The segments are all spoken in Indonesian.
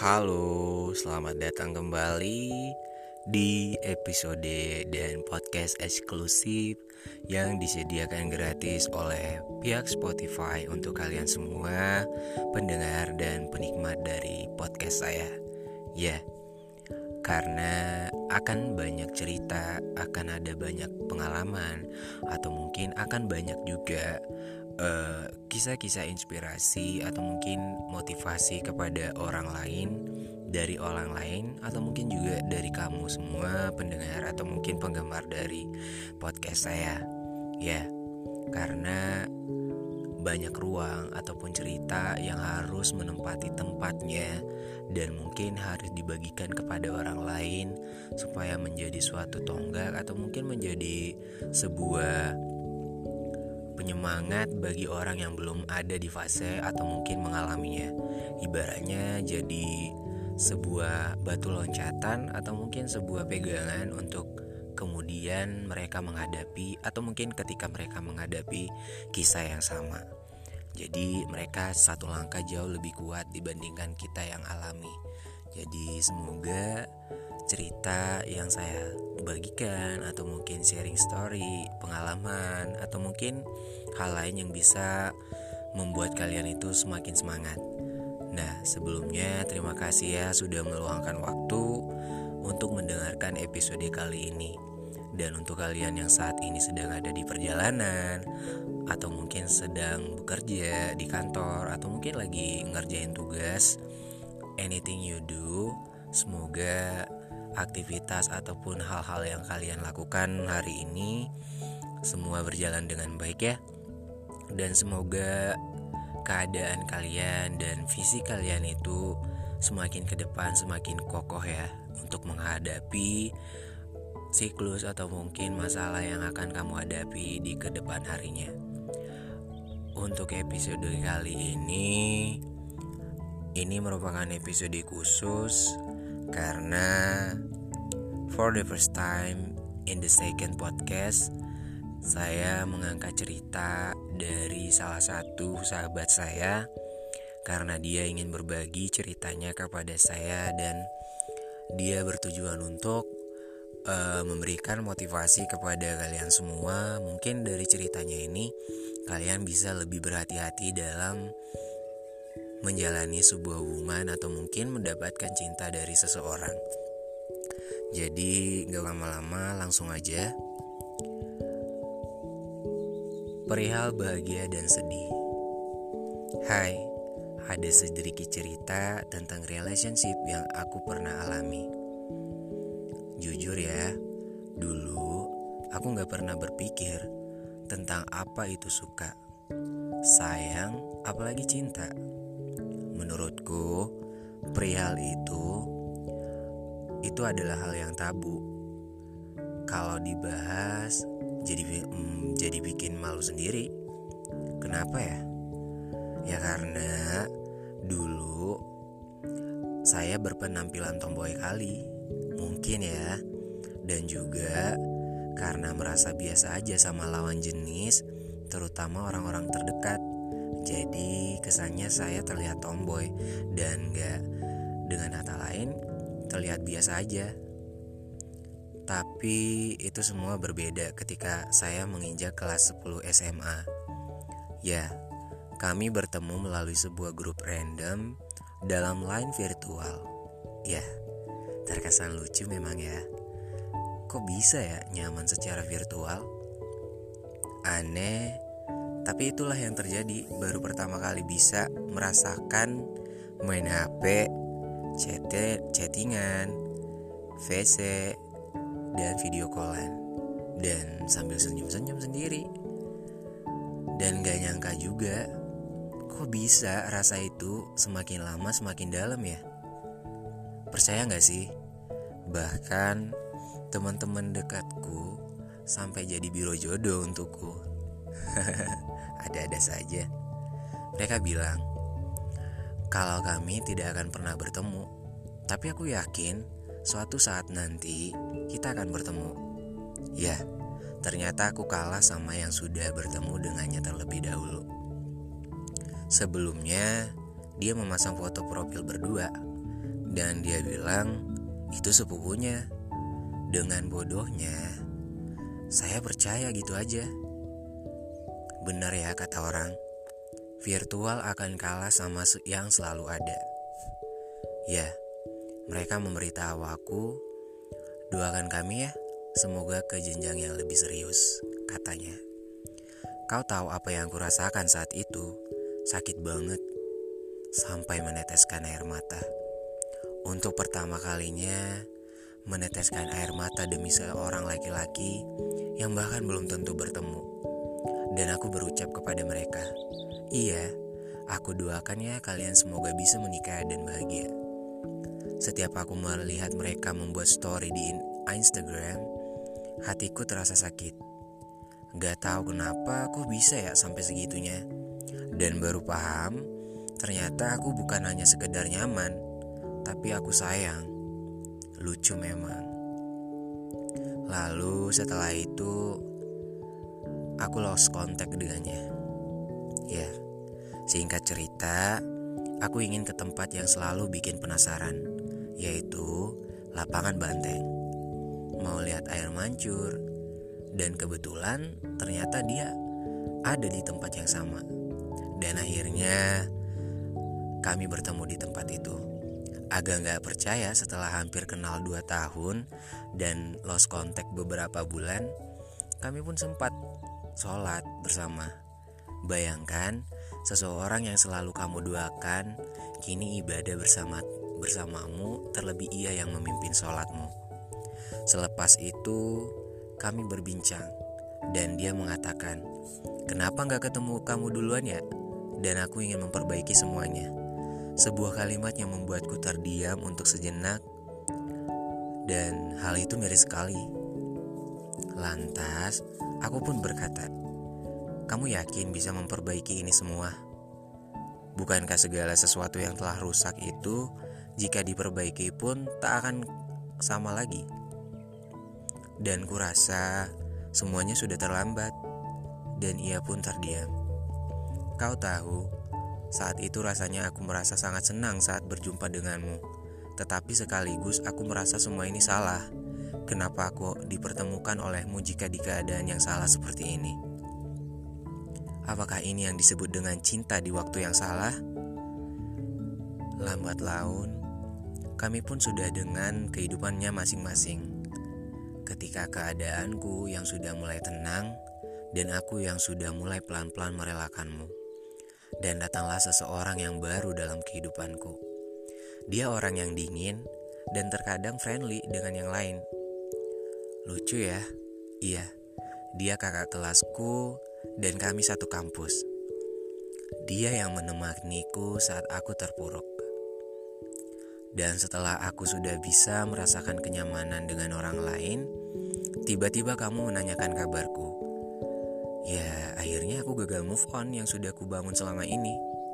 Halo, selamat datang kembali di episode dan podcast eksklusif yang disediakan gratis oleh pihak Spotify untuk kalian semua pendengar dan penikmat dari podcast saya. Ya, karena akan banyak cerita, akan ada banyak pengalaman, atau mungkin akan banyak juga kisah-kisah inspirasi atau mungkin motivasi kepada orang lain, dari orang lain, atau mungkin juga dari kamu semua pendengar atau mungkin penggemar dari podcast saya. Ya, karena banyak ruang ataupun cerita yang harus menempati tempatnya dan mungkin harus dibagikan kepada orang lain supaya menjadi suatu tonggak atau mungkin menjadi sebuah penyemangat bagi orang yang belum ada di fase atau mungkin mengalaminya. Ibaratnya jadi sebuah batu loncatan atau mungkin sebuah pegangan untuk kemudian mereka menghadapi atau mungkin ketika mereka menghadapi kisah yang sama. Jadi mereka satu langkah jauh lebih kuat dibandingkan kita yang alami. Jadi semoga cerita yang saya bagikan atau mungkin sharing story, pengalaman, atau mungkin hal lain yang bisa membuat kalian itu semakin semangat. Nah, sebelumnya terima kasih ya sudah meluangkan waktu untuk mendengarkan episode kali ini. Dan untuk kalian yang saat ini sedang ada di perjalanan, atau mungkin sedang bekerja di kantor, atau mungkin lagi ngerjain tugas, anything you do, semoga aktivitas ataupun hal-hal yang kalian lakukan hari ini semua berjalan dengan baik ya. Dan semoga keadaan kalian dan visi kalian itu semakin ke depan semakin kokoh ya, untuk menghadapi siklus atau mungkin masalah yang akan kamu hadapi di kedepan harinya. Untuk episode kali ini merupakan episode khusus karena for the first time in the second podcast, saya mengangkat cerita dari salah satu sahabat saya karena dia ingin berbagi ceritanya kepada saya dan dia bertujuan untuk memberikan motivasi kepada kalian semua. Mungkin dari ceritanya ini kalian bisa lebih berhati-hati dalam menjalani sebuah hubungan atau mungkin mendapatkan cinta dari seseorang. Jadi gak lama-lama langsung aja. Perihal bahagia dan sedih. Hai, ada sedikit cerita tentang relationship yang aku pernah alami. Jujur ya, dulu aku gak pernah berpikir tentang apa itu suka, sayang, apalagi cinta. Menurutku, perihal itu adalah hal yang tabu. Kalau dibahas jadi bikin malu sendiri. Kenapa ya? Ya karena dulu saya berpenampilan tomboy kali, mungkin ya. Dan juga karena merasa biasa aja sama lawan jenis, terutama orang-orang terdekat. Jadi kesannya saya terlihat tomboy dan gak, dengan kata lain, terlihat biasa aja. Tapi itu semua berbeda ketika saya menginjak kelas 10 SMA. Ya, kami bertemu melalui sebuah grup random dalam line virtual. Ya, terkesan lucu memang ya. Kok bisa ya nyaman secara virtual? Aneh, tapi itulah yang terjadi. Baru pertama kali bisa merasakan main HP, chattingan, VC, dan video callan, dan sambil senyum-senyum sendiri. Dan gak nyangka juga, kok bisa rasa itu semakin lama semakin dalam ya. Percaya gak sih? Bahkan teman-teman dekatku sampai jadi biro jodoh untukku. Ada-ada saja. Mereka bilang kalau kami tidak akan pernah bertemu, tapi aku yakin suatu saat nanti kita akan bertemu. Ya, ternyata aku kalah sama yang sudah bertemu dengannya terlebih dahulu. Sebelumnya dia memasang foto profil berdua Dan dia bilang itu sepupunya. Dengan bodohnya, saya percaya gitu aja. Benar ya kata orang, virtual akan kalah sama yang selalu ada. Ya, mereka memberitahu aku, doakan kami ya, semoga ke jenjang yang lebih serius, katanya. Kau tahu apa yang kurasakan saat itu? Sakit banget, sampai meneteskan air mata. Untuk pertama kalinya, meneteskan air mata demi seorang laki-laki yang bahkan belum tentu bertemu. Dan aku berucap kepada mereka, iya, aku doakan ya kalian semoga bisa menikah dan bahagia. Setiap aku melihat mereka membuat story di Instagram, hatiku terasa sakit. Gak tahu kenapa aku bisa ya sampai segitunya. Dan baru paham, ternyata aku bukan hanya sekedar nyaman, tapi aku sayang. Lucu memang. Lalu setelah itu aku lost contact dengannya. Ya, singkat cerita, aku ingin ke tempat yang selalu bikin penasaran, yaitu lapangan banteng. Mau lihat air mancur. Dan kebetulan ternyata dia ada di tempat yang sama. Dan akhirnya kami bertemu di tempat itu. Agak gak percaya setelah hampir kenal 2 tahun dan lost contact beberapa bulan, kami pun sempat sholat bersama. Bayangkan, seseorang yang selalu kamu doakan kini ibadah bersamamu, terlebih ia yang memimpin sholatmu. Selepas itu kami berbincang dan dia mengatakan, kenapa gak ketemu kamu duluan ya? Dan aku ingin memperbaiki semuanya. Sebuah kalimat yang membuatku terdiam untuk sejenak. Dan hal itu miris sekali. Lantas aku pun berkata, kamu yakin bisa memperbaiki ini semua? Bukankah segala sesuatu yang telah rusak itu jika diperbaiki pun tak akan sama lagi? Dan kurasa semuanya sudah terlambat. Dan ia pun terdiam. Kau tahu, saat itu rasanya aku merasa sangat senang saat berjumpa denganmu. Tetapi sekaligus aku merasa semua ini salah. Kenapa aku dipertemukan olehmu jika di keadaan yang salah seperti ini? Apakah ini yang disebut dengan cinta di waktu yang salah? Lambat laun, kami pun sudah dengan kehidupannya masing-masing. Ketika keadaanku yang sudah mulai tenang dan aku yang sudah mulai pelan-pelan merelakanmu. Dan datanglah seseorang yang baru dalam kehidupanku. Dia orang yang dingin dan terkadang friendly dengan yang lain. Lucu ya? Iya, dia kakak kelasku dan kami satu kampus. Dia yang menemaniku saat aku terpuruk. Dan setelah aku sudah bisa merasakan kenyamanan dengan orang lain, tiba-tiba kamu menanyakan kabarku. Ya, akhirnya aku gagal move on yang sudah kubangun selama ini.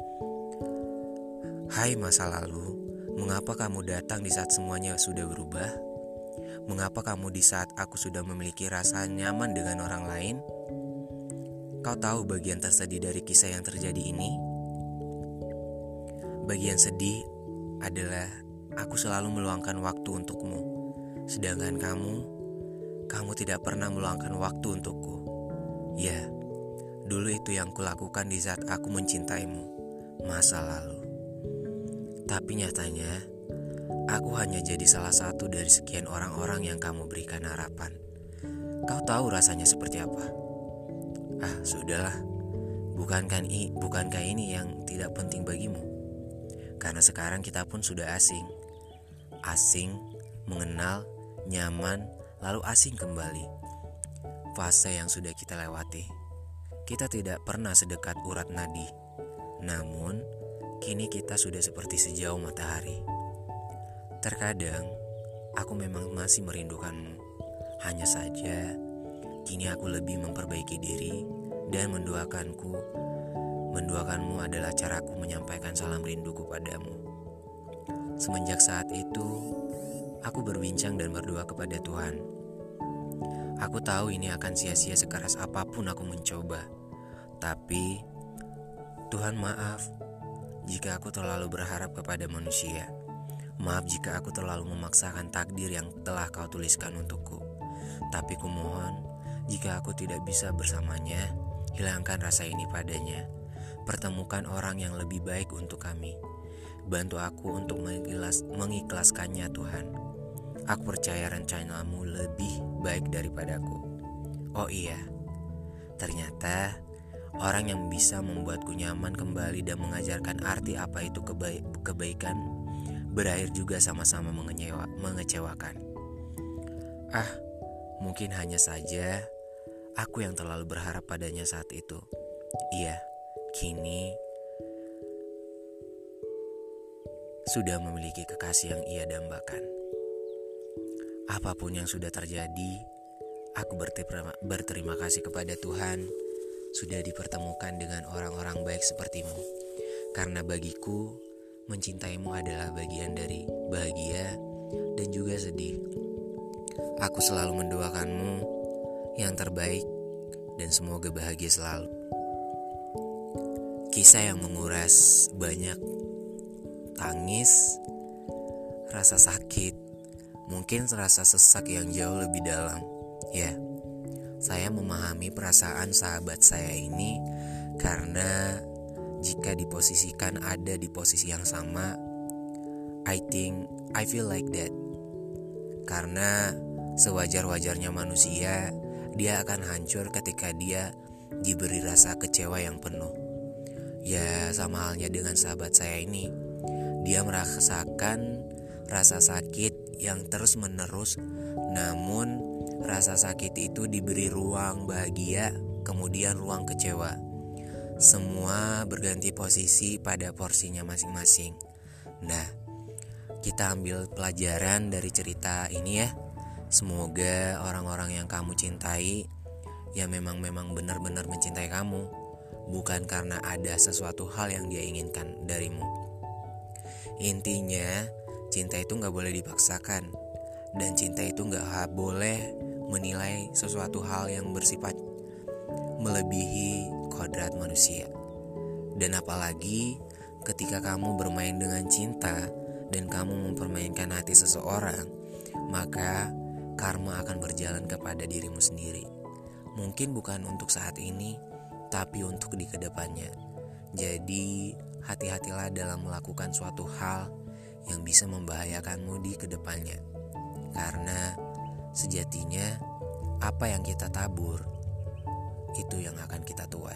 Hai masa lalu, mengapa kamu datang di saat semuanya sudah berubah? Mengapa kamu di saat aku sudah memiliki rasa nyaman dengan orang lain? Kau tahu bagian tersedih dari kisah yang terjadi ini? Bagian sedih adalah aku selalu meluangkan waktu untukmu. Sedangkan kamu tidak pernah meluangkan waktu untukku. Ya, dulu itu yang kulakukan di saat aku mencintaimu, masa lalu. Tapi nyatanya, aku hanya jadi salah satu dari sekian orang-orang yang kamu berikan harapan. Kau tahu rasanya seperti apa? Ah, sudahlah. Bukankah ini yang tidak penting bagimu? Karena sekarang kita pun sudah asing. Asing, mengenal, nyaman, lalu asing kembali. Fase yang sudah kita lewati. Kita tidak pernah sedekat urat nadi. Namun, kini kita sudah seperti sejauh matahari. Terkadang, aku memang masih merindukanmu. Hanya saja, kini aku lebih memperbaiki diri dan mendoakanmu adalah caraku menyampaikan salam rinduku padamu. Semenjak saat itu, aku berbincang dan berdoa kepada Tuhan. Aku tahu ini akan sia-sia sekeras apapun aku mencoba. Tapi, Tuhan maaf jika aku terlalu berharap kepada manusia. Maaf jika aku terlalu memaksakan takdir yang telah kau tuliskan untukku. Tapi kumohon, jika aku tidak bisa bersamanya, hilangkan rasa ini padanya. Pertemukan orang yang lebih baik untuk kami. Bantu aku untuk mengikhlaskannya Tuhan. Aku percaya rencanamu lebih baik daripadaku. Oh iya, ternyata orang yang bisa membuatku nyaman kembali dan mengajarkan arti apa itu kebaikan berakhir juga sama-sama mengecewakan. Mungkin hanya saja aku yang terlalu berharap padanya saat itu. Iya, kini sudah memiliki kekasih yang ia dambakan. Apapun yang sudah terjadi, aku berterima kasih kepada Tuhan sudah dipertemukan dengan orang-orang baik sepertimu. Karena bagiku, mencintaimu adalah bagian dari bahagia dan juga sedih. Aku selalu mendoakanmu yang terbaik dan semoga bahagia selalu. Kisah yang menguras banyak tangis, rasa sakit, mungkin rasa sesak yang jauh lebih dalam. Ya, saya memahami perasaan sahabat saya ini karena jika diposisikan ada di posisi yang sama, I feel like that. Karena sewajar-wajarnya manusia, dia akan hancur ketika dia diberi rasa kecewa yang penuh. Ya, sama halnya dengan sahabat saya ini. Dia merasakan rasa sakit yang terus-menerus, namun rasa sakit itu diberi ruang bahagia, kemudian ruang kecewa. Semua berganti posisi pada porsinya masing-masing. Nah, kita ambil pelajaran dari cerita ini ya. Semoga orang-orang yang kamu cintai ya memang benar-benar mencintai kamu, bukan karena ada sesuatu hal yang dia inginkan darimu. Intinya, cinta itu gak boleh dipaksakan. Dan cinta itu gak boleh menilai sesuatu hal yang bersifat melebihi kodrat manusia. Dan apalagi ketika kamu bermain dengan cinta dan kamu mempermainkan hati seseorang, maka karma akan berjalan kepada dirimu sendiri. Mungkin bukan untuk saat ini, tapi untuk di kedepannya. Jadi hati-hatilah dalam melakukan suatu hal yang bisa membahayakanmu di kedepannya. Karena sejatinya apa yang kita tabur, itu yang akan kita tuai.